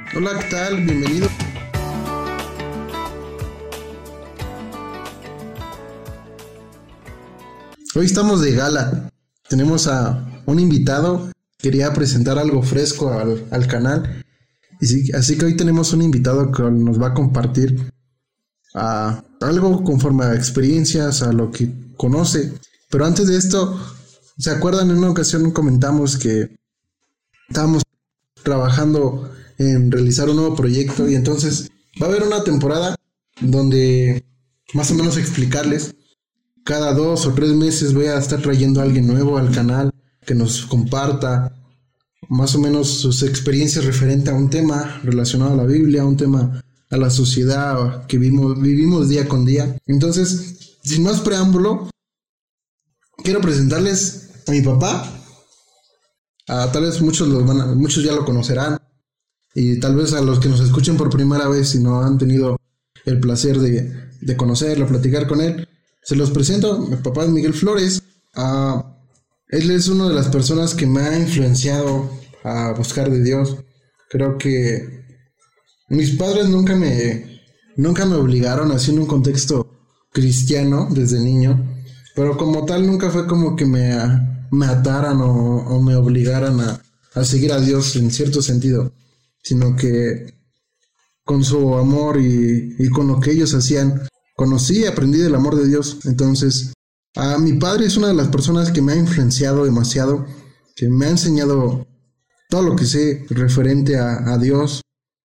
Hola, ¿qué tal? Bienvenido. Hoy estamos de gala. Tenemos a un invitado. Quería presentar algo fresco al canal. Así que hoy tenemos un invitado que nos va a compartir algo conforme a experiencias, a lo que conoce. Pero antes de esto, ¿se acuerdan? En una ocasión comentamos que estábamos trabajando en realizar un nuevo proyecto y entonces va a haber una temporada donde más o menos explicarles. Cada 2 o 3 meses voy a estar trayendo a alguien nuevo al canal que nos comparta más o menos sus experiencias referente a un tema relacionado a la Biblia, a un tema a la sociedad que vivimos día con día. Entonces, sin más preámbulo, quiero presentarles a mi papá. Tal vez muchos ya lo conocerán, y tal vez a los que nos escuchen por primera vez y no han tenido el placer de conocerlo, platicar con él, se los presento. Mi papá es Miguel Flores. Él es una de las personas que me ha influenciado a buscar de Dios. Creo que mis padres nunca me obligaron, así en un contexto cristiano desde niño, pero como tal nunca fue como que me ataran o me obligaran a seguir a Dios en cierto sentido, sino que con su amor y con lo que ellos hacían, conocí y aprendí del amor de Dios. Entonces, mi padre es una de las personas que me ha influenciado demasiado, que me ha enseñado todo lo que sé referente a Dios.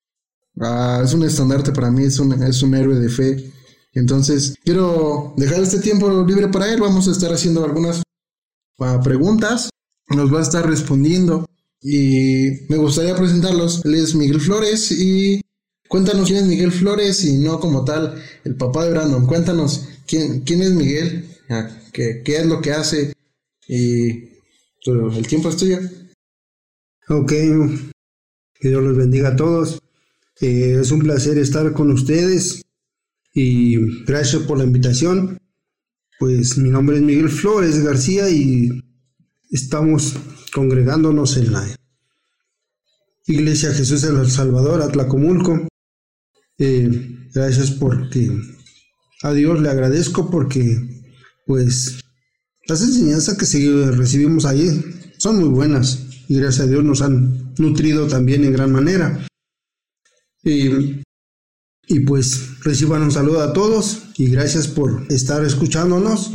Es un estandarte para mí, es un héroe de fe. Entonces, quiero dejar este tiempo libre para él. Vamos a estar haciendo algunas preguntas, nos va a estar respondiendo y me gustaría presentarlos. Él es Miguel Flores y cuéntanos quién es Miguel Flores y no como tal el papá de Brandon. Cuéntanos quién es Miguel, qué es lo que hace y el tiempo es tuyo. Ok, que Dios los bendiga a todos. Es un placer estar con ustedes y gracias por la invitación. Pues mi nombre es Miguel Flores García y estamos congregándonos en la Iglesia Jesús el Salvador, Atlacomulco. Gracias porque a Dios le agradezco porque pues las enseñanzas que recibimos allí son muy buenas y gracias a Dios nos han nutrido también en gran manera. Y pues reciban un saludo a todos y gracias por estar escuchándonos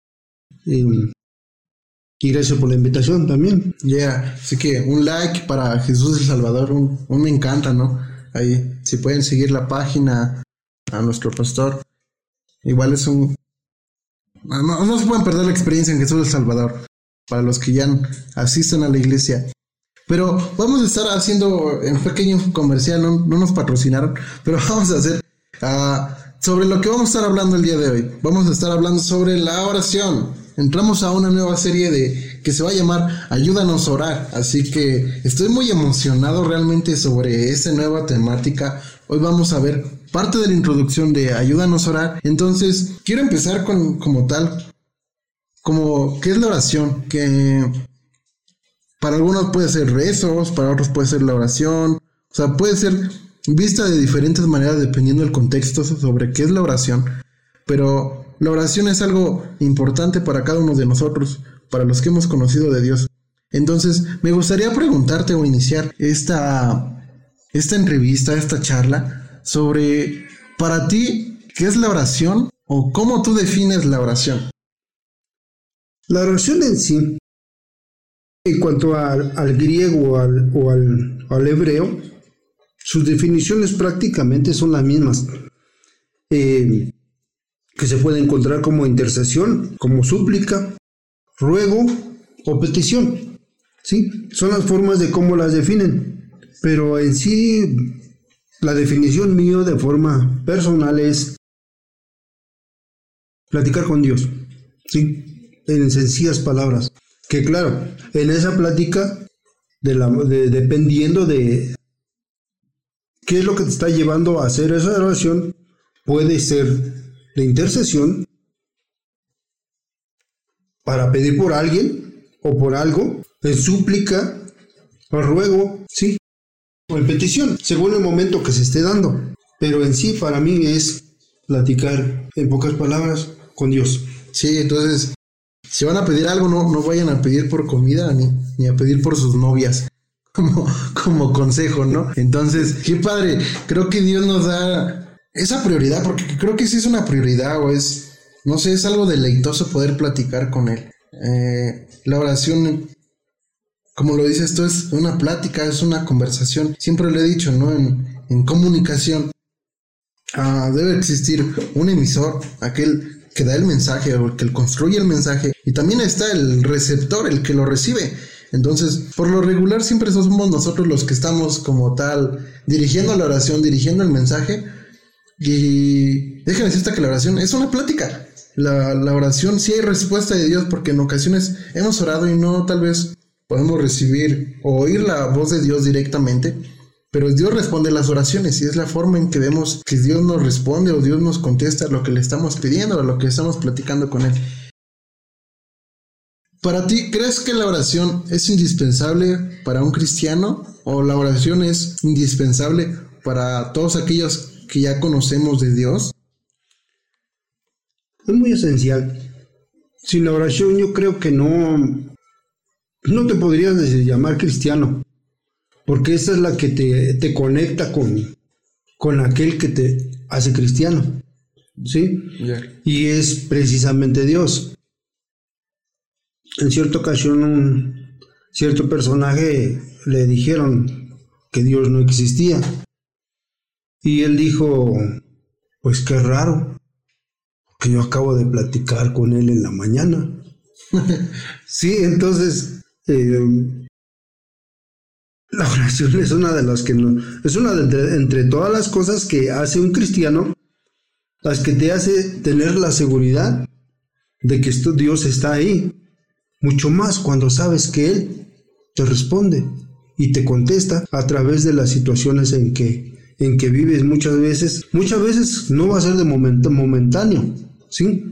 y gracias por la invitación también. Así que un like para Jesús el Salvador, un me encanta, ¿no? Ahí, si pueden seguir la página a nuestro pastor, igual es no se pueden perder la experiencia en Jesús el Salvador, para los que ya asisten a la iglesia. Pero vamos a estar haciendo un pequeño comercial, no nos patrocinaron, pero vamos a hacer sobre lo que vamos a estar hablando el día de hoy. Vamos a estar hablando sobre la oración. Entramos a una nueva serie que se va a llamar Ayúdanos a orar, así que estoy muy emocionado realmente sobre esa nueva temática. Hoy vamos a ver parte de la introducción de Ayúdanos a orar. Entonces, quiero empezar como ¿qué es la oración? Que para algunos puede ser rezos, para otros puede ser la oración, o sea, puede ser vista de diferentes maneras dependiendo del contexto sobre qué es la oración, pero la oración es algo importante para cada uno de nosotros, para los que hemos conocido de Dios. Entonces, me gustaría preguntarte o iniciar esta entrevista, esta charla, sobre, para ti, ¿qué es la oración o cómo tú defines la oración? La oración en sí, en cuanto al griego o al hebreo, sus definiciones prácticamente son las mismas, que se puede encontrar como intercesión, como súplica, ruego o petición. ¿Sí? Son las formas de cómo las definen, pero en sí la definición mía de forma personal es platicar con Dios, ¿sí? En sencillas palabras. Que claro, en esa plática, dependiendo de qué es lo que te está llevando a hacer esa oración, puede ser la intercesión para pedir por alguien o por algo, en súplica o ruego, sí, o en petición, según el momento que se esté dando. Pero en sí, para mí es platicar, en pocas palabras, con Dios. Sí, entonces, si van a pedir algo, no vayan a pedir por comida ni a pedir por sus novias, como consejo, ¿no? Entonces, qué padre, creo que Dios nos da esa prioridad, porque creo que sí es una prioridad, o es, no sé, es algo deleitoso poder platicar con Él. La oración, como lo dices, esto es una plática, es una conversación. Siempre lo he dicho, ¿no? En comunicación debe existir un emisor, aquel que da el mensaje o el que construye el mensaje, y también está el receptor, el que lo recibe. Entonces, por lo regular siempre somos nosotros los que estamos como tal dirigiendo la oración, dirigiendo el mensaje. Y déjenme decirte que la oración es una plática. La oración sí hay respuesta de Dios, porque en ocasiones hemos orado y no tal vez podemos recibir o oír la voz de Dios directamente, pero Dios responde las oraciones, y es la forma en que vemos que Dios nos responde o Dios nos contesta lo que le estamos pidiendo o lo que estamos platicando con Él. Para ti, ¿crees que la oración es indispensable para un cristiano, o la oración es indispensable para todos aquellos que ya conocemos de Dios? Es muy esencial. Sin la oración yo creo que no te podrías llamar cristiano, porque esa es la que te conecta con aquel que te hace cristiano, ¿sí? Yeah. Y es precisamente Dios. En cierta ocasión un cierto personaje le dijeron que Dios no existía, y él dijo, pues qué raro, que yo acabo de platicar con él en la mañana. Sí, entonces la oración es una de las que es una de entre todas las cosas que hace un cristiano, las que te hace tener la seguridad de que Dios está ahí, mucho más cuando sabes que Él te responde y te contesta a través de las situaciones en que vives. Muchas veces no va a ser de momentáneo, ¿sí?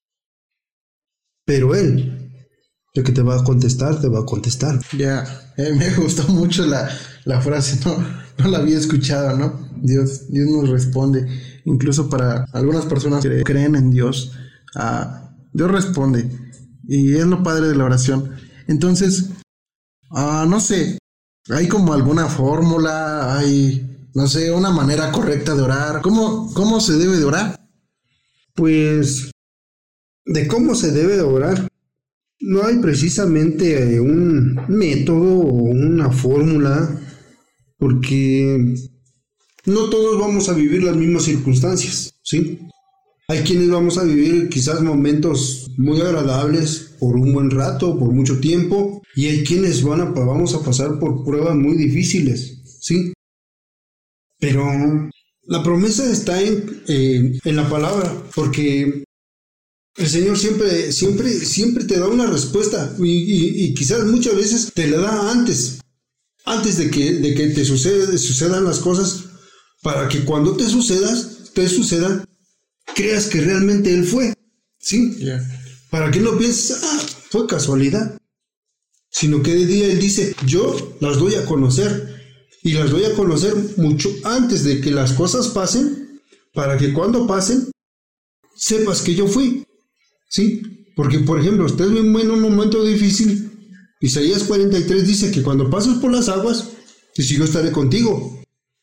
Pero Él, el que te va a contestar, te va a contestar. Ya, me gustó mucho la frase, no la había escuchado, ¿no? Dios nos responde. Incluso para algunas personas que creen en Dios, Dios responde. Y es lo padre de la oración. Entonces, no sé, hay como alguna fórmula, hay, no sé, una manera correcta de orar. ¿Cómo se debe de orar? Pues, de cómo se debe de orar, no hay precisamente un método o una fórmula, porque no todos vamos a vivir las mismas circunstancias, ¿sí? Hay quienes vamos a vivir quizás momentos muy agradables por un buen rato, por mucho tiempo, y hay quienes vamos a pasar por pruebas muy difíciles, ¿sí? Pero la promesa está en la palabra, porque el Señor siempre te da una respuesta, y quizás muchas veces te la da antes de que te sucedan las cosas, para que cuando te sucedan, creas que realmente Él fue, ¿sí? Yeah. Para que no pienses, fue casualidad, sino que de día Él dice, yo las doy a conocer, y las doy a conocer mucho antes de que las cosas pasen, para que cuando pasen, sepas que yo fui, ¿sí? Porque, por ejemplo, estás en un momento difícil, Isaías 43 dice que cuando pases por las aguas, yo estaré contigo.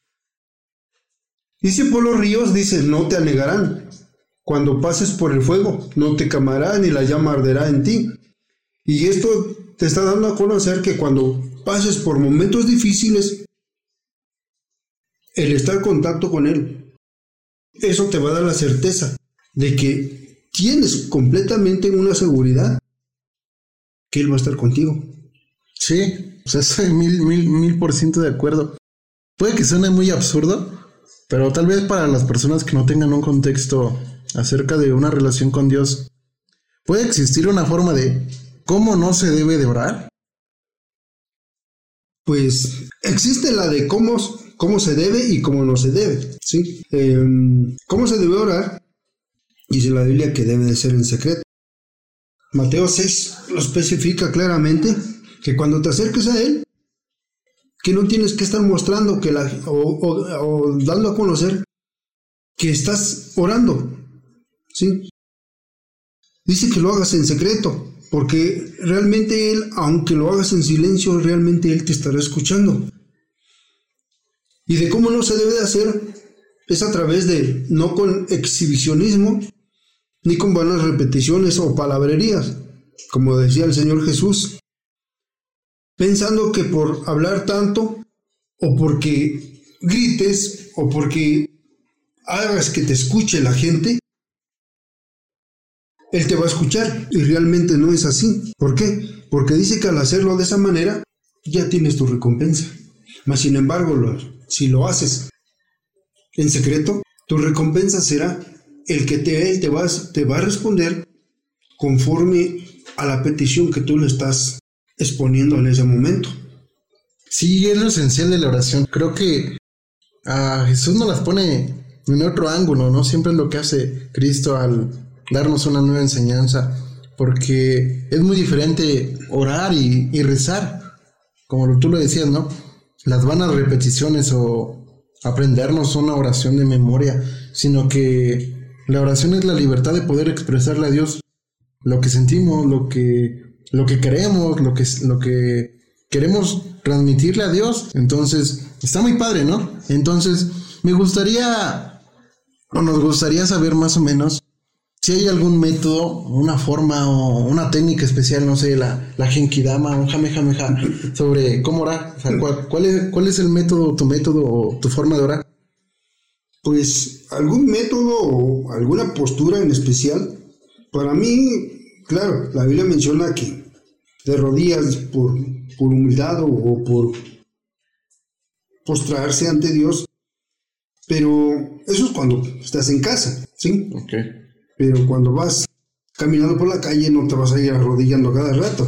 Dice por los ríos, dice, no te anegarán. Cuando pases por el fuego, no te quemará ni la llama arderá en ti. Y esto te está dando a conocer que cuando pases por momentos difíciles, el estar en contacto con Él, eso te va a dar la certeza de que tienes completamente una seguridad que Él va a estar contigo. Sí, o sea, estoy 1000% de acuerdo. Puede que suene muy absurdo, pero tal vez para las personas que no tengan un contexto acerca de una relación con Dios, ¿puede existir una forma de cómo no se debe de orar? Pues existe la de cómo se debe y cómo no se debe, ¿sí? ¿Cómo se debe orar? Dice la Biblia que debe de ser en secreto. Mateo 6 lo especifica claramente, que cuando te acerques a Él, que no tienes que estar mostrando o dando a conocer que estás orando, ¿sí? Dice que lo hagas en secreto, porque realmente Él, aunque lo hagas en silencio, realmente Él te estará escuchando. Y de cómo no se debe de hacer es a través de, no con exhibicionismo, ni con vanas repeticiones o palabrerías, como decía el Señor Jesús, pensando que por hablar tanto, o porque grites, o porque hagas que te escuche la gente, Él te va a escuchar, y realmente no es así. ¿Por qué? Porque dice que al hacerlo de esa manera, ya tienes tu recompensa. Mas sin embargo, si lo haces en secreto, tu recompensa será el que Él te va a responder conforme a la petición que tú le estás exponiendo en ese momento. Sí, es lo esencial de la oración. Creo que Jesús nos las pone en otro ángulo, ¿no? Siempre es lo que hace Cristo al darnos una nueva enseñanza, porque es muy diferente orar y rezar, como tú lo decías, ¿no? Las vanas repeticiones o aprendernos una oración de memoria, sino que la oración es la libertad de poder expresarle a Dios lo que sentimos, lo que queremos, lo que queremos transmitirle a Dios. Entonces, está muy padre, ¿no? Entonces, nos gustaría saber más o menos si hay algún método, una forma o una técnica especial, no sé, la Genkidama o Jamejameja, sobre cómo orar. O sea, ¿cuál es el método, tu método o tu forma de orar? Pues algún método o alguna postura en especial. Para mí, claro, la Biblia menciona que de rodillas por humildad o por postrarse ante Dios, pero eso es cuando estás en casa, ¿sí? Okay. Pero cuando vas caminando por la calle no te vas a ir arrodillando cada rato.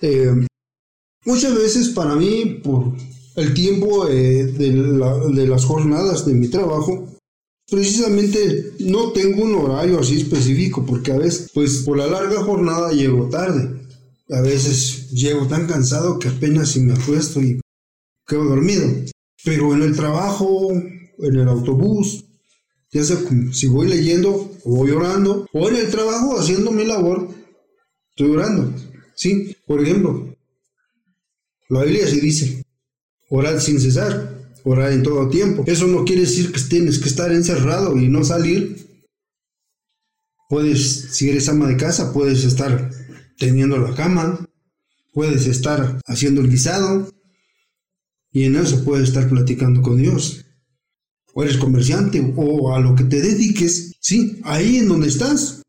Muchas veces para mí, por el tiempo de las jornadas de mi trabajo, precisamente no tengo un horario así específico, porque a veces, pues por la larga jornada llego tarde. A veces llego tan cansado que apenas si me acuesto y quedo dormido. Pero en el trabajo, en el autobús, ya sea si voy leyendo o voy orando, o en el trabajo haciendo mi labor, estoy orando, ¿sí? Por ejemplo, la Biblia sí dice, orad sin cesar, orad en todo tiempo. Eso no quiere decir que tienes que estar encerrado y no salir. Puedes, si eres ama de casa, puedes estar teniendo la cama, puedes estar haciendo el guisado, y en eso puedes estar platicando con Dios. O eres comerciante, o a lo que te dediques, sí, ahí en donde estás,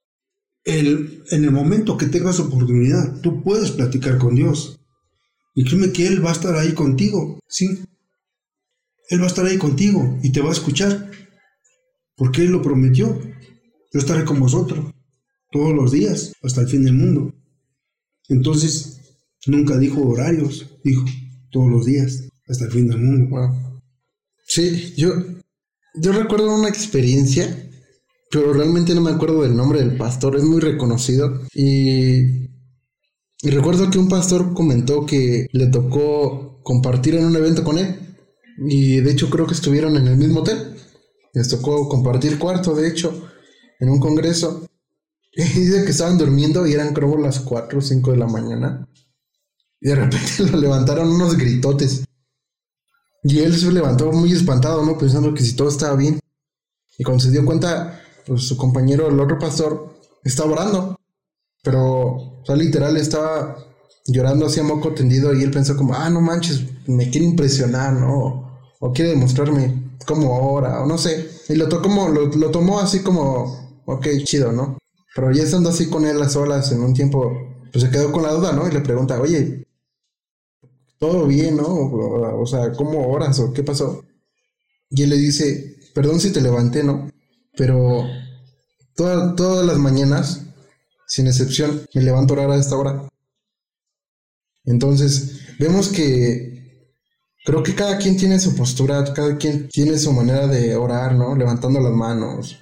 en el momento que tengas oportunidad, tú puedes platicar con Dios. Y créeme que Él va a estar ahí contigo, sí. Él va a estar ahí contigo y te va a escuchar, porque Él lo prometió. Yo estaré con vosotros todos los días hasta el fin del mundo. Entonces, nunca dijo horarios, dijo todos los días hasta el fin del mundo. Wow. Sí, yo recuerdo una experiencia, pero realmente no me acuerdo del nombre del pastor, es muy reconocido. Y recuerdo que un pastor comentó que le tocó compartir en un evento con él. Y de hecho creo que estuvieron en el mismo hotel. Les tocó compartir cuarto, de hecho, en un congreso. Y dice que estaban durmiendo y eran creo las 4 o 5 de la mañana. Y de repente lo levantaron unos gritotes. Y él se levantó muy espantado, ¿no? Pensando que si todo estaba bien. Y cuando se dio cuenta, pues su compañero, el otro pastor, estaba orando. Pero, o sea, literal estaba llorando así a moco tendido. Y él pensó como, no manches, me quiere impresionar, ¿no? O quiere demostrarme cómo ora, o no sé. Y lo tomó así como, ok, chido, ¿no? Pero ya estando así con él a solas en un tiempo, pues se quedó con la duda, ¿no? Y le pregunta, oye, ¿todo bien, no? O sea, ¿cómo oras o qué pasó? Y él le dice, perdón si te levanté, ¿no? Pero todas las mañanas, sin excepción, me levanto a orar a esta hora. Entonces, vemos que creo que cada quien tiene su postura, cada quien tiene su manera de orar, ¿no? Levantando las manos,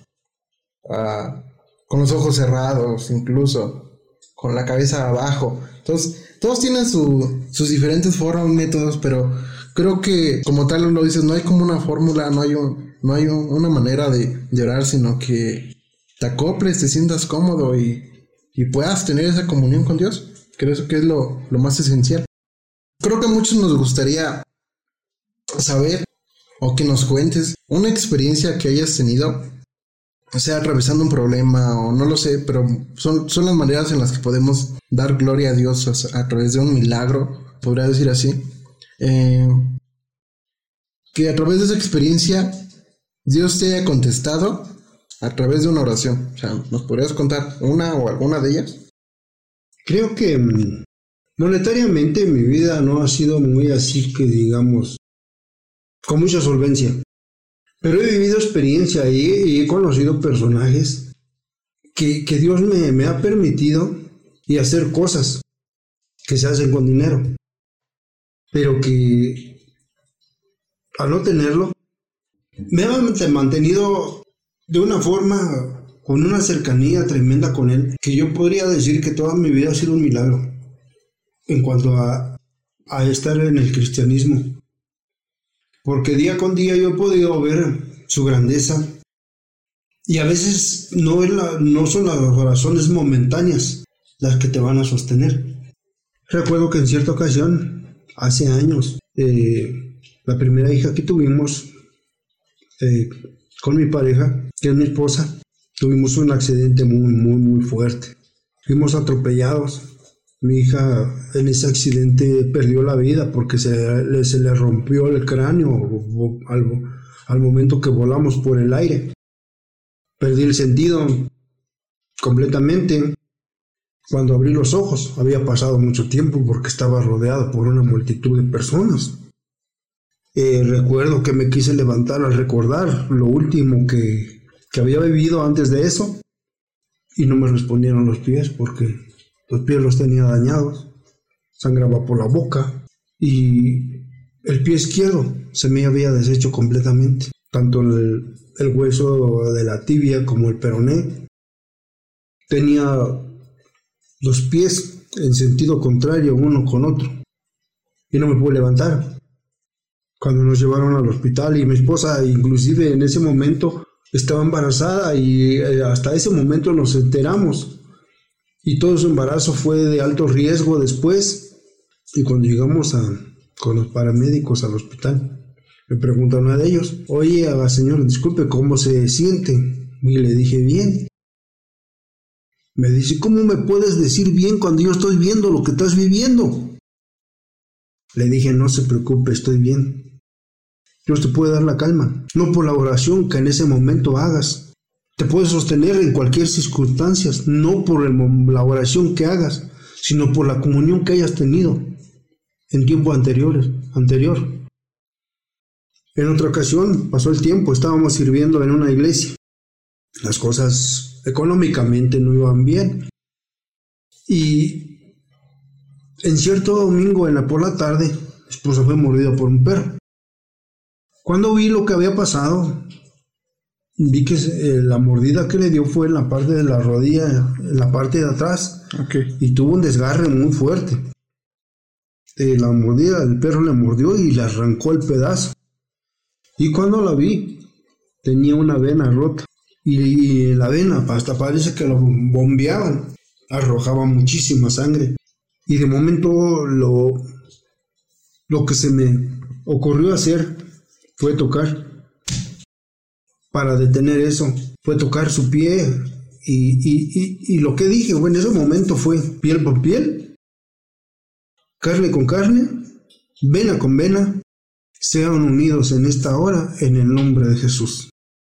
con los ojos cerrados, incluso, con la cabeza abajo. Entonces, todos tienen sus diferentes formas, métodos, pero creo que como tal lo dices, no hay como una fórmula, no hay una manera de orar, sino que te acoples, te sientas cómodo y puedas tener esa comunión con Dios. Creo que es lo más esencial. Creo que a muchos nos gustaría saber o que nos cuentes una experiencia que hayas tenido, o sea, atravesando un problema o no lo sé, pero son las maneras en las que podemos dar gloria a Dios a través de un milagro, podría decir así. Que a través de esa experiencia Dios te haya contestado a través de una oración. O sea, ¿nos podrías contar una o alguna de ellas? Creo que monetariamente mi vida no ha sido muy así que digamos, con mucha solvencia. Pero he vivido experiencia y he conocido personajes que Dios me ha permitido y hacer cosas que se hacen con dinero. Pero que al no tenerlo, me ha mantenido de una forma, con una cercanía tremenda con Él, que yo podría decir que toda mi vida ha sido un milagro en cuanto a estar en el cristianismo. Porque día con día yo he podido ver su grandeza y a veces no son las oraciones momentáneas las que te van a sostener. Recuerdo que en cierta ocasión, hace años, la primera hija que tuvimos con mi pareja, que es mi esposa, tuvimos un accidente muy fuerte. Fuimos atropellados. Mi hija en ese accidente perdió la vida porque se le rompió el cráneo al momento que volamos por el aire. Perdí el sentido completamente. Cuando abrí los ojos, había pasado mucho tiempo porque estaba rodeado por una multitud de personas. Recuerdo que me quise levantar al recordar lo último que había vivido antes de eso y no me respondieron los pies porque los pies los tenía dañados, sangraba por la boca y el pie izquierdo se me había deshecho completamente, tanto el hueso de la tibia como el peroné. Tenía los pies en sentido contrario uno con otro y no me pude levantar. Cuando nos llevaron al hospital y mi esposa inclusive en ese momento estaba embarazada y hasta ese momento nos enteramos y todo su embarazo fue de alto riesgo después. Y cuando llegamos con los paramédicos al hospital, me pregunta una de ellos: oye, señor, disculpe, ¿cómo se siente? Y le dije: bien. Me dice: ¿cómo me puedes decir bien cuando yo estoy viendo lo que estás viviendo? Le dije: no se preocupe, estoy bien. Dios te puede dar la calma, no por la oración que en ese momento hagas. Te puede sostener en cualquier circunstancia, no por la oración que hagas, sino por la comunión que hayas tenido en tiempos anterior. En otra ocasión, pasó el tiempo, estábamos sirviendo en una iglesia. Las cosas económicamente no iban bien. Y en cierto domingo, por la tarde, mi esposa fue mordida por un perro. Cuando vi lo que había pasado, vi que la mordida que le dio fue en la parte de la rodilla, en la parte de atrás, y tuvo un desgarre muy fuerte. La mordida, el perro le mordió y le arrancó el pedazo. Y cuando la vi, tenía una vena rota. Y la vena, hasta parece que lo bombeaban, arrojaba muchísima sangre. Y de momento lo que se me ocurrió hacer fue tocar. Para detener eso, fue tocar su pie. Y lo que dije, en ese momento fue piel por piel, carne con carne, vena con vena, sean unidos en esta hora en el nombre de Jesús.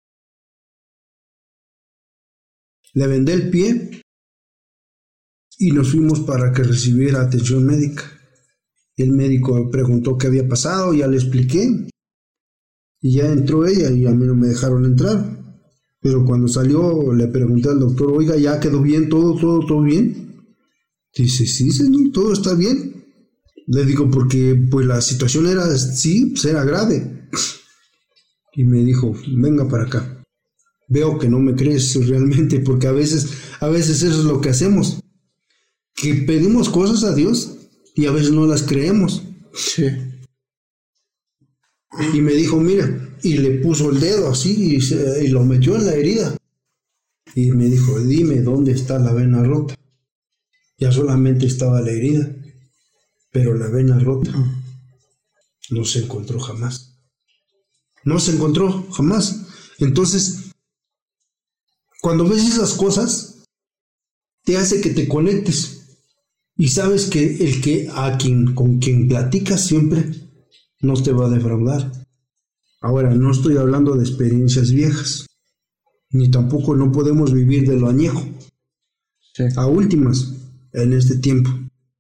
Le vendé el pie y nos fuimos para que recibiera atención médica. El médico preguntó qué había pasado, ya le expliqué. Y ya entró ella y a mí no me dejaron entrar. Pero cuando salió le pregunté al doctor: oiga, ¿ya quedó bien todo bien? Dice: sí, señor, todo está bien. Le digo: porque pues la situación era grave. Y me dijo: venga para acá. Veo que no me crees realmente, porque a veces eso es lo que hacemos, que pedimos cosas a Dios y a veces no las creemos. Sí. Y me dijo, mira, y le puso el dedo así y lo metió en la herida. Y me dijo, dime dónde está la vena rota. Ya solamente estaba la herida, pero la vena rota no se encontró jamás. No se encontró jamás. Entonces, cuando ves esas cosas, te hace que te conectes y sabes que con quien platicas siempre no te va a defraudar. Ahora, no estoy hablando de experiencias viejas, ni tampoco no podemos vivir de lo añejo. Sí. A últimas, en este tiempo,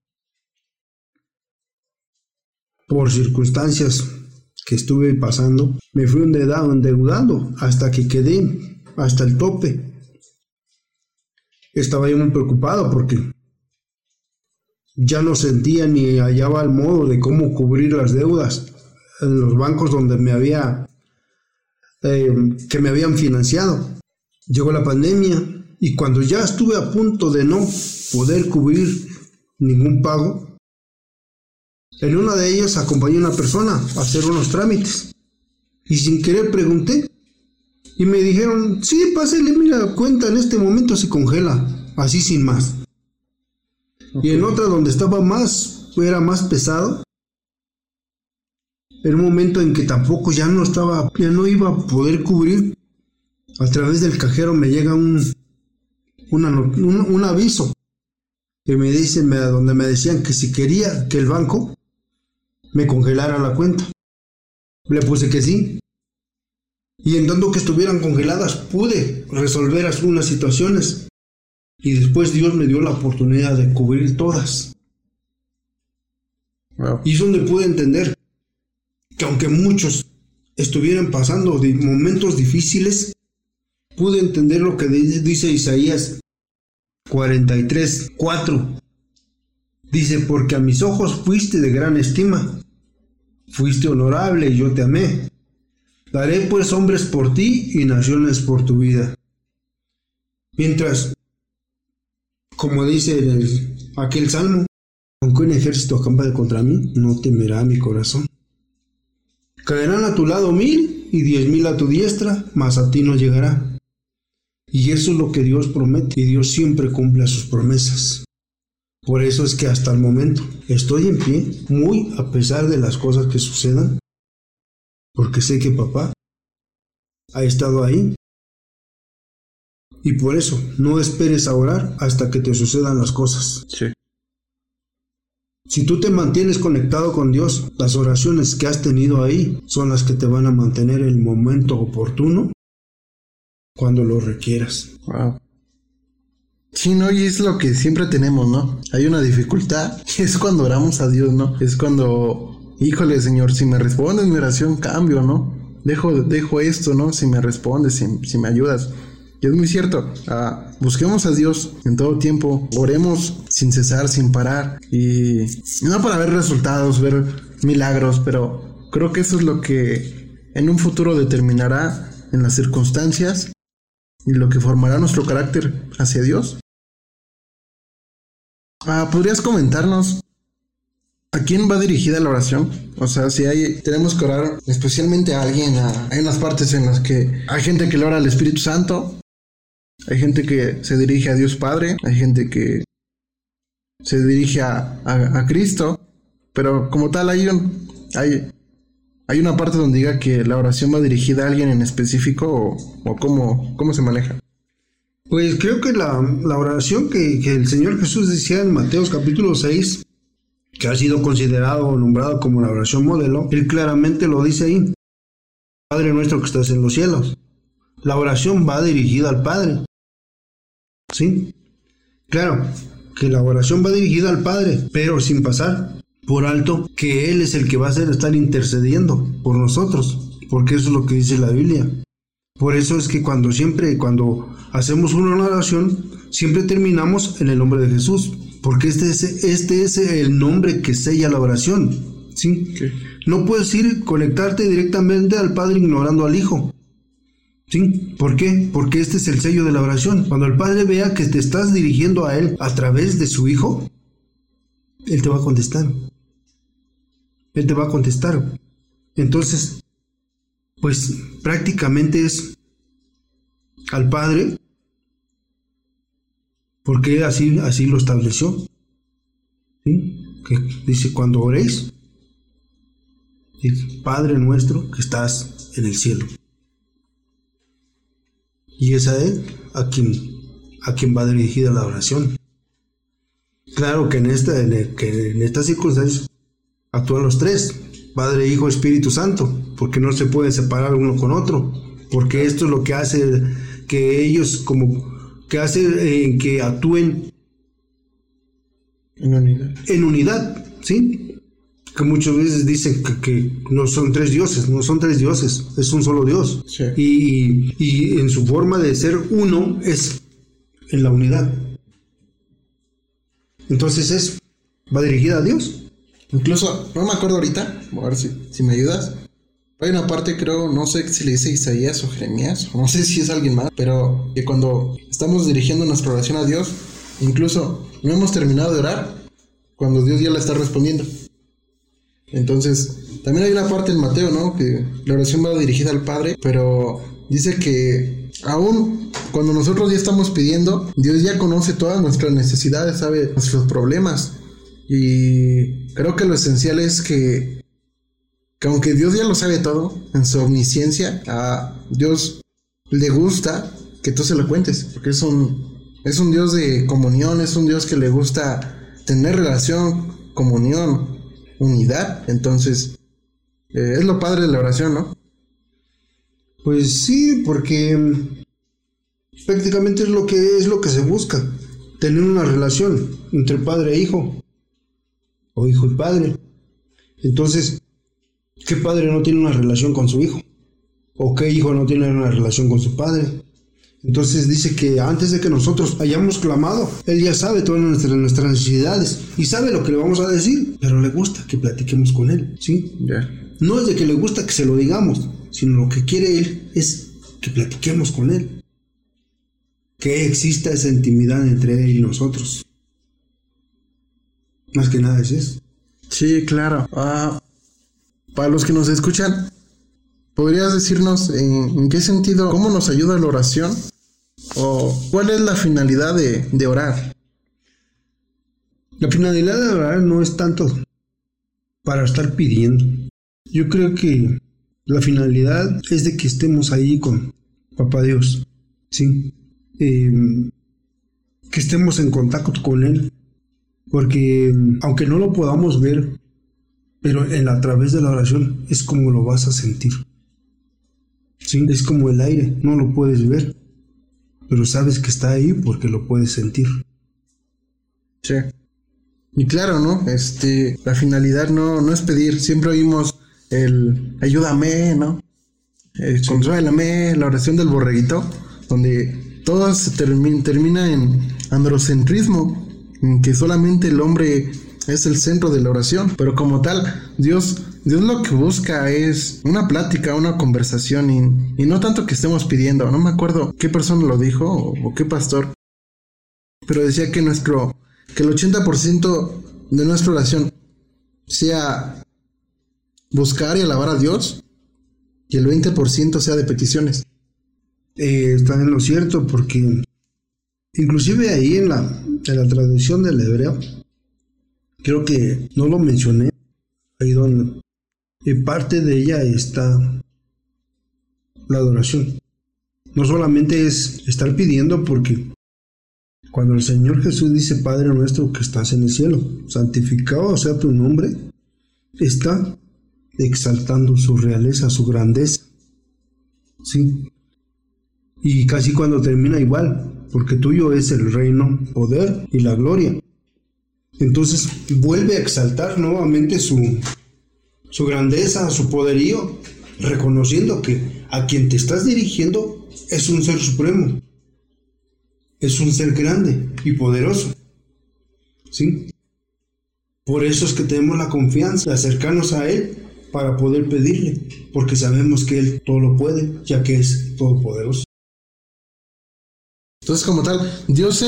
por circunstancias que estuve pasando, me fui endeudando hasta que quedé hasta el tope. Estaba yo muy preocupado porque ya no sentía ni hallaba el modo de cómo cubrir las deudas en los bancos donde que me habían financiado. Llegó la pandemia y cuando ya estuve a punto de no poder cubrir ningún pago, en una de ellas acompañé a una persona a hacer unos trámites y sin querer pregunté y me dijeron, sí, pásele, mira, cuenta en este momento se congela, así sin más. Okay. Y en otra donde era más pesado, en un momento en que tampoco ya no iba a poder cubrir, a través del cajero me llega un aviso que me dicen, donde me decían que si quería que el banco me congelara la cuenta. Le puse que sí. Y en tanto que estuvieran congeladas, pude resolver algunas situaciones. Y después Dios me dio la oportunidad de cubrir todas. Wow. Y es donde pude entender que aunque muchos estuvieran pasando momentos difíciles, pude entender lo que dice Isaías 43:4. Dice, porque a mis ojos fuiste de gran estima, fuiste honorable y yo te amé. Daré pues hombres por ti y naciones por tu vida. Mientras, como dice aquel salmo, aunque un ejército acampare contra mí, no temerá mi corazón. Caerán a tu lado 1000 y 10,000 a tu diestra, mas a ti no llegará. Y eso es lo que Dios promete, y Dios siempre cumple sus promesas. Por eso es que hasta el momento estoy en pie, muy a pesar de las cosas que sucedan, porque sé que papá ha estado ahí. Y por eso no esperes a orar hasta que te sucedan las cosas. Sí. Si tú te mantienes conectado con Dios, las oraciones que has tenido ahí son las que te van a mantener en el momento oportuno cuando lo requieras. Wow. Sí, no, y es lo que siempre tenemos, ¿no? Hay una dificultad, y es cuando oramos a Dios, ¿no? Es cuando, híjole, Señor, si me respondes mi oración, cambio, ¿no? Dejo esto, ¿no? Si me respondes, si me ayudas. Y es muy cierto, busquemos a Dios en todo tiempo, oremos sin cesar, sin parar, y no para ver resultados, ver milagros, pero creo que eso es lo que en un futuro determinará en las circunstancias y lo que formará nuestro carácter hacia Dios. ¿Podrías comentarnos a quién va dirigida la oración? O sea, si tenemos que orar especialmente a alguien, hay unas partes en las que hay gente que le ora al Espíritu Santo, hay gente que se dirige a Dios Padre, hay gente que se dirige a Cristo, pero como tal hay una parte donde diga que la oración va dirigida a alguien en específico o cómo se maneja. Pues creo que la oración que el Señor Jesús decía en Mateo capítulo 6, que ha sido considerado o nombrado como la oración modelo, Él claramente lo dice ahí. Padre nuestro que estás en los cielos. La oración va dirigida al Padre. ¿Sí? Claro, que la oración va dirigida al Padre, pero sin pasar por alto que Él es el que va a estar intercediendo por nosotros, porque eso es lo que dice la Biblia. Por eso es que cuando hacemos una oración, siempre terminamos en el nombre de Jesús, porque este es el nombre que sella la oración, ¿sí? Okay. No puedes conectarte directamente al Padre ignorando al Hijo, ¿sí? ¿Por qué? Porque este es el sello de la oración. Cuando el Padre vea que te estás dirigiendo a Él a través de su Hijo, Él te va a contestar. Él te va a contestar. Entonces, pues prácticamente es al Padre, porque así lo estableció. ¿Sí? Que dice, cuando oréis, Padre nuestro que estás en el cielo. Y es a Él a quien va dirigida la oración. Claro que en estas circunstancias actúan los tres, Padre, Hijo, Espíritu Santo, porque no se pueden separar uno con otro, porque esto es lo que hace que ellos que actúen en unidad, ¿sí? Que muchas veces dicen que no son tres dioses, es un solo Dios. Sí. Y en su forma de ser uno es en la unidad. Entonces va dirigida a Dios. Incluso, no me acuerdo ahorita, a ver si me ayudas. Hay una parte, creo, no sé si le dice Isaías o Jeremías, o no sé si es alguien más, pero que cuando estamos dirigiendo nuestra oración a Dios, incluso no hemos terminado de orar, cuando Dios ya la está respondiendo. Entonces, también hay una parte en Mateo, ¿no? Que la oración va dirigida al Padre, pero dice que aún cuando nosotros ya estamos pidiendo, Dios ya conoce todas nuestras necesidades, sabe nuestros problemas. Y creo que lo esencial es que aunque Dios ya lo sabe todo, en su omnisciencia, a Dios le gusta que tú se lo cuentes, porque es un Dios de comunión, es un Dios que le gusta tener relación, comunión, unidad. Entonces, es lo padre de la oración, ¿no? Pues sí, porque prácticamente es lo que se busca, tener una relación entre padre e hijo, o hijo y padre. Entonces, ¿qué padre no tiene una relación con su hijo? ¿O qué hijo no tiene una relación con su padre? Entonces dice que antes de que nosotros hayamos clamado, Él ya sabe todas nuestras necesidades y sabe lo que le vamos a decir, pero le gusta que platiquemos con Él, ¿sí? Yeah. No es de que le gusta que se lo digamos, sino lo que quiere Él es que platiquemos con Él, que exista esa intimidad entre Él y nosotros. Más que nada es eso. Sí, claro. Para los que nos escuchan, ¿podrías decirnos en qué sentido, cómo nos ayuda la oración? ¿O cuál es la finalidad de orar? La finalidad de orar no es tanto para estar pidiendo. Yo creo que la finalidad es de que estemos ahí con Papá Dios, ¿sí? Que estemos en contacto con Él, porque aunque no lo podamos ver, pero a través de la oración es como lo vas a sentir. ¿Sí? Es como el aire, no lo puedes ver, pero sabes que está ahí porque lo puedes sentir. Sí. Y claro, ¿no? La finalidad no es pedir. Siempre oímos el ayúdame, ¿no? Consuélame, la oración del borreguito, donde todo se termina en androcentrismo, en que solamente el hombre es el centro de la oración, pero como tal, Dios lo que busca es una plática, una conversación y no tanto que estemos pidiendo. No me acuerdo qué persona lo dijo o qué pastor, pero decía que el 80% de nuestra oración sea buscar y alabar a Dios y el 20% sea de peticiones. Está en lo cierto, porque inclusive ahí en la traducción del hebreo, creo que no lo mencioné, ahí donde parte de ella está la adoración. No solamente es estar pidiendo, porque cuando el Señor Jesús dice Padre nuestro que estás en el cielo, santificado sea tu nombre, está exaltando su realeza, su grandeza, ¿sí? Y casi cuando termina igual, porque tuyo es el reino, poder y la gloria. Entonces vuelve a exaltar nuevamente su grandeza, su poderío, reconociendo que a quien te estás dirigiendo es un ser supremo, es un ser grande y poderoso, ¿sí? Por eso es que tenemos la confianza de acercarnos a Él para poder pedirle, porque sabemos que Él todo lo puede, ya que es todopoderoso. Entonces, como tal, Dios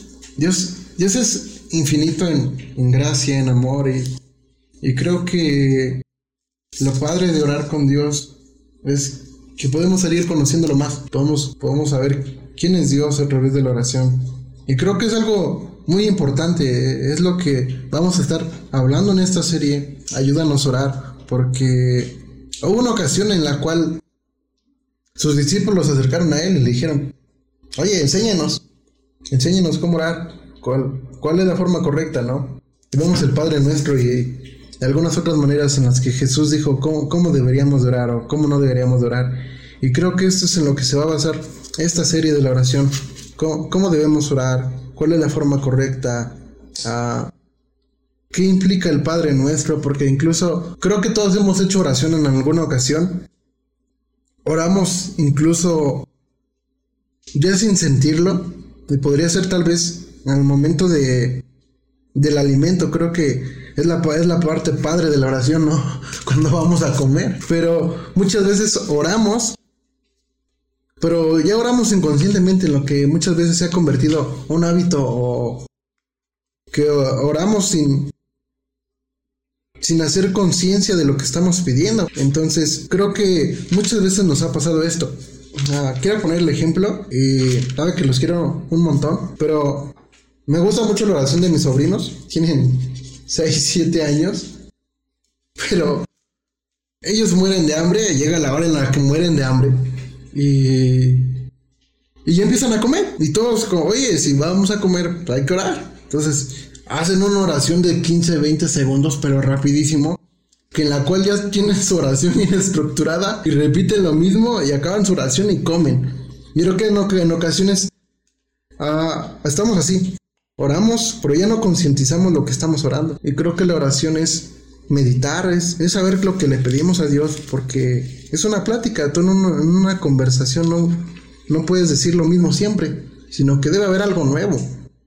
es infinito en gracia, en amor, y creo que lo padre de orar con Dios es que podemos salir conociéndolo más, podemos saber quién es Dios a través de la oración. Y creo que es algo muy importante, es lo que vamos a estar hablando en esta serie. Ayúdanos a orar, porque hubo una ocasión en la cual sus discípulos se acercaron a él y le dijeron: oye, enséñanos cómo orar, cuál es la forma correcta, ¿no? Y vemos el Padre Nuestro y algunas otras maneras en las que Jesús dijo cómo deberíamos de orar o cómo no deberíamos de orar. Y creo que esto es en lo que se va a basar esta serie de la oración. ¿Cómo debemos orar? ¿Cuál es la forma correcta? ¿Qué implica el Padre Nuestro? Porque incluso creo que todos hemos hecho oración en alguna ocasión. Oramos incluso ya sin sentirlo. Y podría ser tal vez en el momento del alimento. Creo que es la parte padre de la oración, ¿no? Cuando vamos a comer. Pero muchas veces oramos, pero ya oramos inconscientemente, en lo que muchas veces se ha convertido un hábito, o que oramos sin hacer conciencia de lo que estamos pidiendo. Entonces creo que muchas veces nos ha pasado esto. Quiero poner el ejemplo, y sabe que los quiero un montón, pero me gusta mucho la oración de mis sobrinos. Tienen 6, 7 años, pero ellos mueren de hambre. Llega la hora en la que mueren de hambre y ya empiezan a comer, y todos como: oye, si vamos a comer, hay que orar. Entonces hacen una oración de 15, 20 segundos, pero rapidísimo, que en la cual ya tienen su oración bien estructurada y repiten lo mismo y acaban su oración y comen. Y creo que en ocasiones estamos así, oramos, pero ya no concientizamos lo que estamos orando. Y creo que la oración es meditar, es saber lo que le pedimos a Dios, porque es una plática. Tú en una conversación no puedes decir lo mismo siempre, sino que debe haber algo nuevo.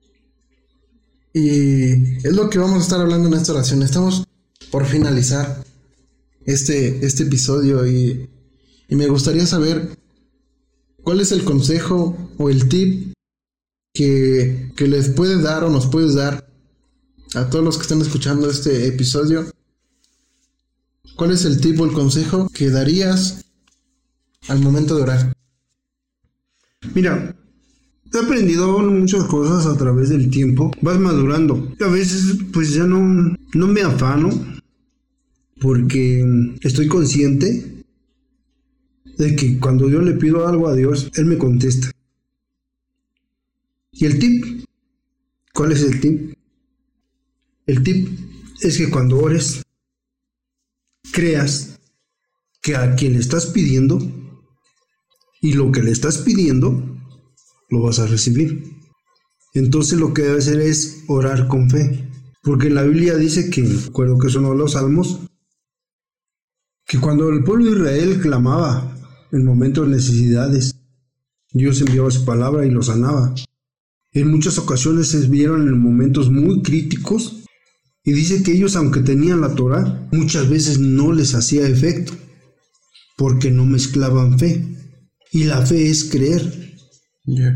Y es lo que vamos a estar hablando en esta oración. Estamos por finalizar este episodio y me gustaría saber cuál es el consejo o el tip que les puedes dar o nos puedes dar a todos los que están escuchando este episodio. ¿Cuál es el tip o el consejo que darías al momento de orar? Mira, he aprendido muchas cosas a través del tiempo. Vas madurando. A veces pues ya no me afano, porque estoy consciente de que cuando yo le pido algo a Dios, Él me contesta. ¿Y el tip? ¿Cuál es el tip? El tip es que cuando ores, creas que a quien le estás pidiendo y lo que le estás pidiendo lo vas a recibir. Entonces lo que debe hacer es orar con fe, porque la Biblia dice que, recuerdo que es uno de los salmos, que cuando el pueblo de Israel clamaba en momentos de necesidades, Dios enviaba su palabra y los sanaba. En muchas ocasiones se vieron en momentos muy críticos, y dice que ellos, aunque tenían la Torá, muchas veces no les hacía efecto, porque no mezclaban fe, y la fe es creer. Yeah.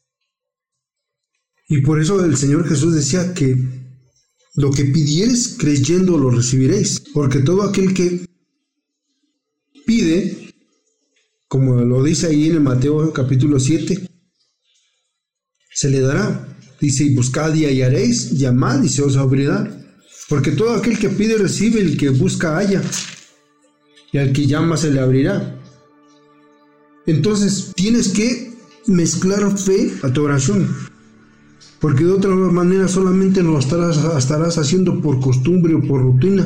Y por eso el Señor Jesús decía que lo que pidieres creyendo lo recibiréis, porque todo aquel que pide, como lo dice ahí en el Mateo capítulo 7, se le dará. Dice: y buscad y hallaréis, llamad y se os abrirá. Porque todo aquel que pide recibe, el que busca halla, y al que llama se le abrirá. Entonces tienes que mezclar fe a tu oración, porque de otra manera solamente lo estarás haciendo por costumbre o por rutina.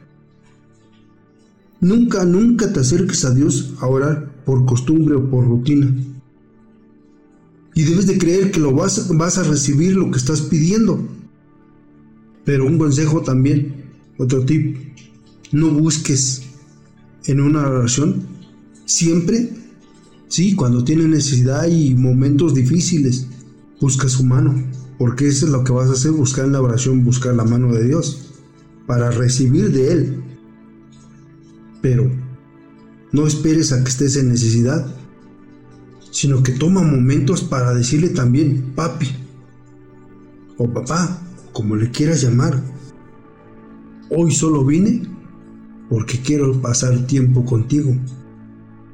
Nunca te acerques a Dios a orar por costumbre o por rutina. Y debes de creer que lo vas a recibir lo que estás pidiendo. Pero un consejo también, otro tip: no busques en una oración siempre, sí, cuando tienes necesidad y momentos difíciles, busca su mano, porque eso es lo que vas a hacer, buscar en la oración, buscar la mano de Dios para recibir de Él. Pero no esperes a que estés en necesidad, sino que toma momentos para decirle también: papi o papá, como le quieras llamar, hoy solo vine porque quiero pasar tiempo contigo.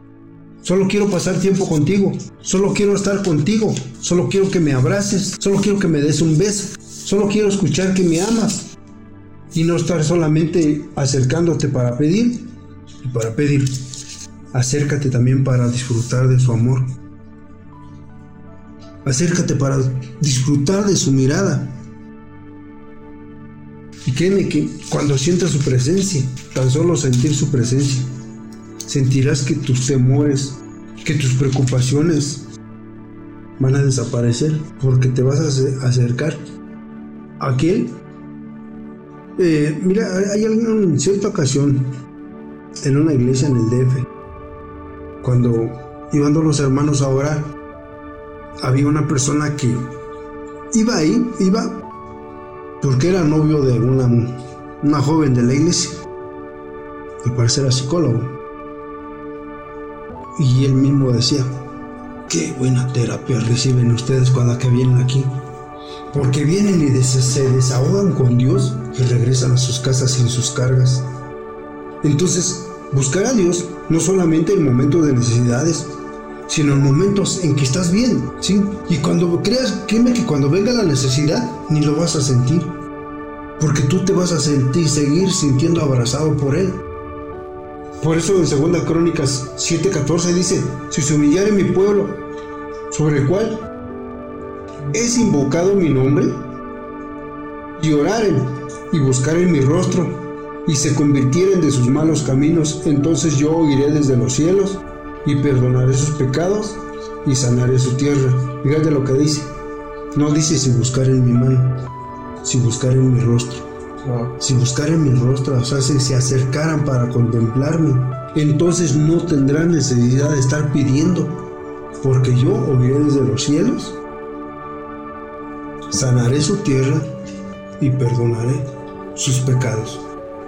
Solo quiero pasar tiempo contigo. Solo quiero estar contigo. Solo quiero que me abraces. Solo quiero que me des un beso. Solo quiero escuchar que me amas. Y no estar solamente acercándote para pedir y para pedir. Acércate también para disfrutar de su amor. Acércate para disfrutar de su mirada. Y créeme que cuando sientas su presencia, tan solo sentir su presencia, sentirás que tus temores, que tus preocupaciones van a desaparecer, porque te vas a acercar a aquel. Mira, hay alguien en cierta ocasión en una iglesia en el DF, cuando iban los hermanos a orar, había una persona que iba porque era novio de una joven de la iglesia, al parecer era psicólogo, y él mismo decía: qué buena terapia reciben ustedes cuando que vienen aquí, porque vienen y se desahogan con Dios y regresan a sus casas sin sus cargas. Entonces, buscar a Dios no solamente en momentos de necesidades, sino en momentos en que estás bien, ¿sí? Y cuando créeme que cuando venga la necesidad, ni lo vas a sentir, porque tú te vas a seguir sintiendo abrazado por Él. Por eso en 2 Crónicas 7:14 dice: si se humillare mi pueblo, sobre el cual es invocado mi nombre, y oraren y buscaren mi rostro, y se convirtieren de sus malos caminos, entonces yo oiré desde los cielos, y perdonaré sus pecados, y sanaré su tierra. Fíjate lo que dice. No dice si buscar en mi mano, si buscar en mi rostro. Si buscar en mi rostro, o sea, si se acercaran para contemplarme, entonces no tendrán necesidad de estar pidiendo, porque yo oiré desde los cielos, sanaré su tierra y perdonaré sus pecados.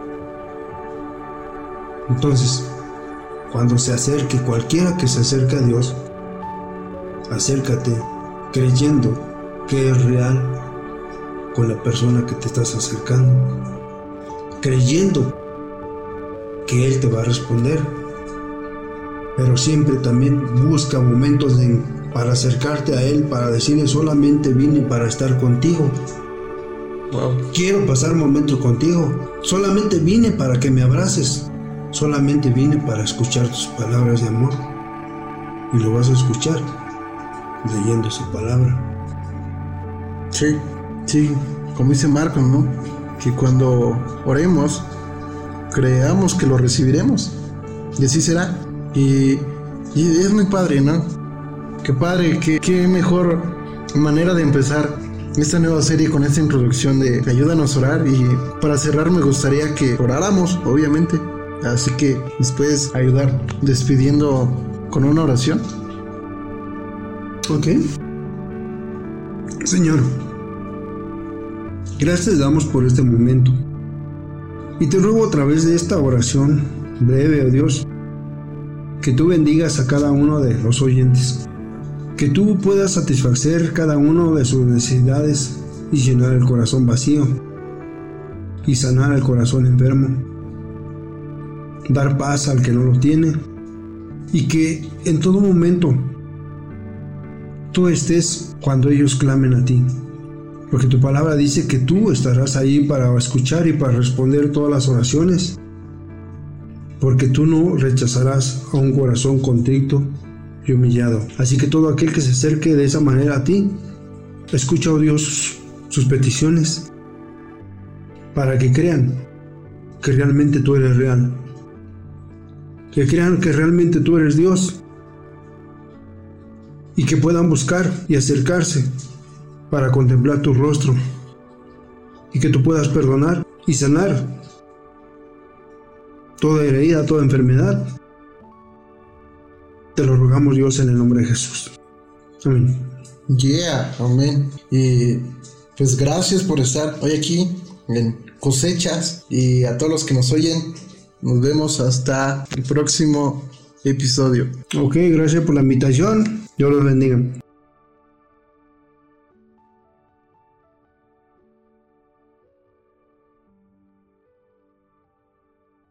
Entonces, cuando se acerque cualquiera que se acerque a Dios, acércate creyendo que es real con la persona que te estás acercando, creyendo que Él te va a responder, pero siempre también busca momentos para acercarte a Él, para decirle: solamente vine para estar contigo. Quiero pasar momentos contigo. Solamente vine para que me abraces. Solamente vine para escuchar tus palabras de amor. Y lo vas a escuchar leyendo su palabra. Sí, como dice Marcos, ¿no? Que cuando oremos, creamos que lo recibiremos. Y así será. Y es muy padre, ¿no? Qué padre, qué mejor manera de empezar esta nueva serie con esta introducción de ayúdanos a orar. Y para cerrar me gustaría que oráramos, obviamente. Así que nos puedes ayudar despidiendo con una oración. Ok. Señor, gracias damos por este momento. Y te ruego a través de esta oración breve, oh Dios, que tú bendigas a cada uno de los oyentes. Que tú puedas satisfacer cada uno de sus necesidades y llenar el corazón vacío y sanar el corazón enfermo. Dar paz al que no lo tiene, y que en todo momento tú estés cuando ellos clamen a ti, porque tu palabra dice que tú estarás ahí para escuchar y para responder todas las oraciones, porque tú no rechazarás a un corazón contrito y humillado. Así que todo aquel que se acerque de esa manera a ti, escucha, oh Dios, sus peticiones, para que crean que realmente tú eres real, que crean que realmente tú eres Dios, y que puedan buscar y acercarse para contemplar tu rostro, y que tú puedas perdonar y sanar toda herida, toda enfermedad. Te lo rogamos, Dios, en el nombre de Jesús. Amén. Amén. Y pues gracias por estar hoy aquí en Cosechas, y a todos los que nos oyen, nos vemos hasta el próximo episodio. Ok, gracias por la invitación. Dios los bendiga.